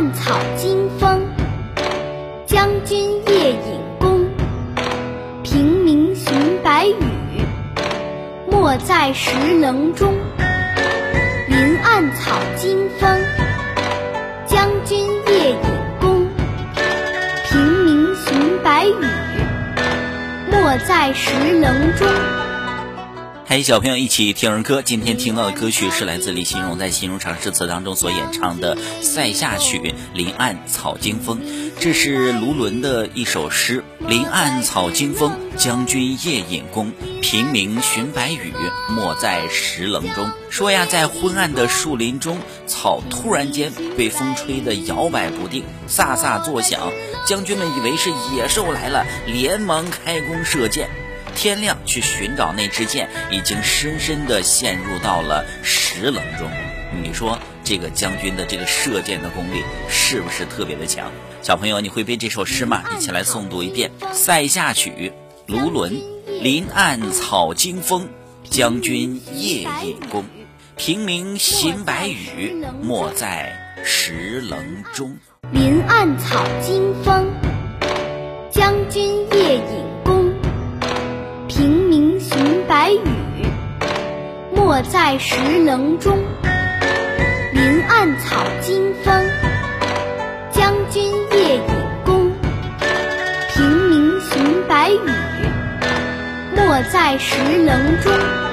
暗草惊风，将军夜引弓。平明寻白羽，没在石棱中。林暗草惊风，将军夜引弓。平明寻白羽，没在石棱中。 嗨，小朋友一起听儿歌。今天听到的歌曲是来自李新荣在《新荣长诗词》当中所演唱的《塞下曲·林暗草惊风》。这是卢纶的一首诗：林暗草惊风，将军夜引弓。平明寻白羽，没在石棱中。说呀，在昏暗的树林中，草突然间被风吹得摇摆不定，飒飒作响。将军们以为是野兽来了，连忙开弓射箭。天亮去寻找那支箭，已经深深地陷入到了石棱中。你说这个将军的这个射箭的功力是不是特别的强？小朋友，你会背这首诗吗？一起来诵读一遍《塞下曲》。卢纶：林暗草惊风，将军夜引弓。平明寻白羽，没在石棱中。 林暗草惊风，将军夜引弓。平明寻白羽，没在石棱中。林暗草惊风，将军夜引弓。平明寻白羽，没在石棱中。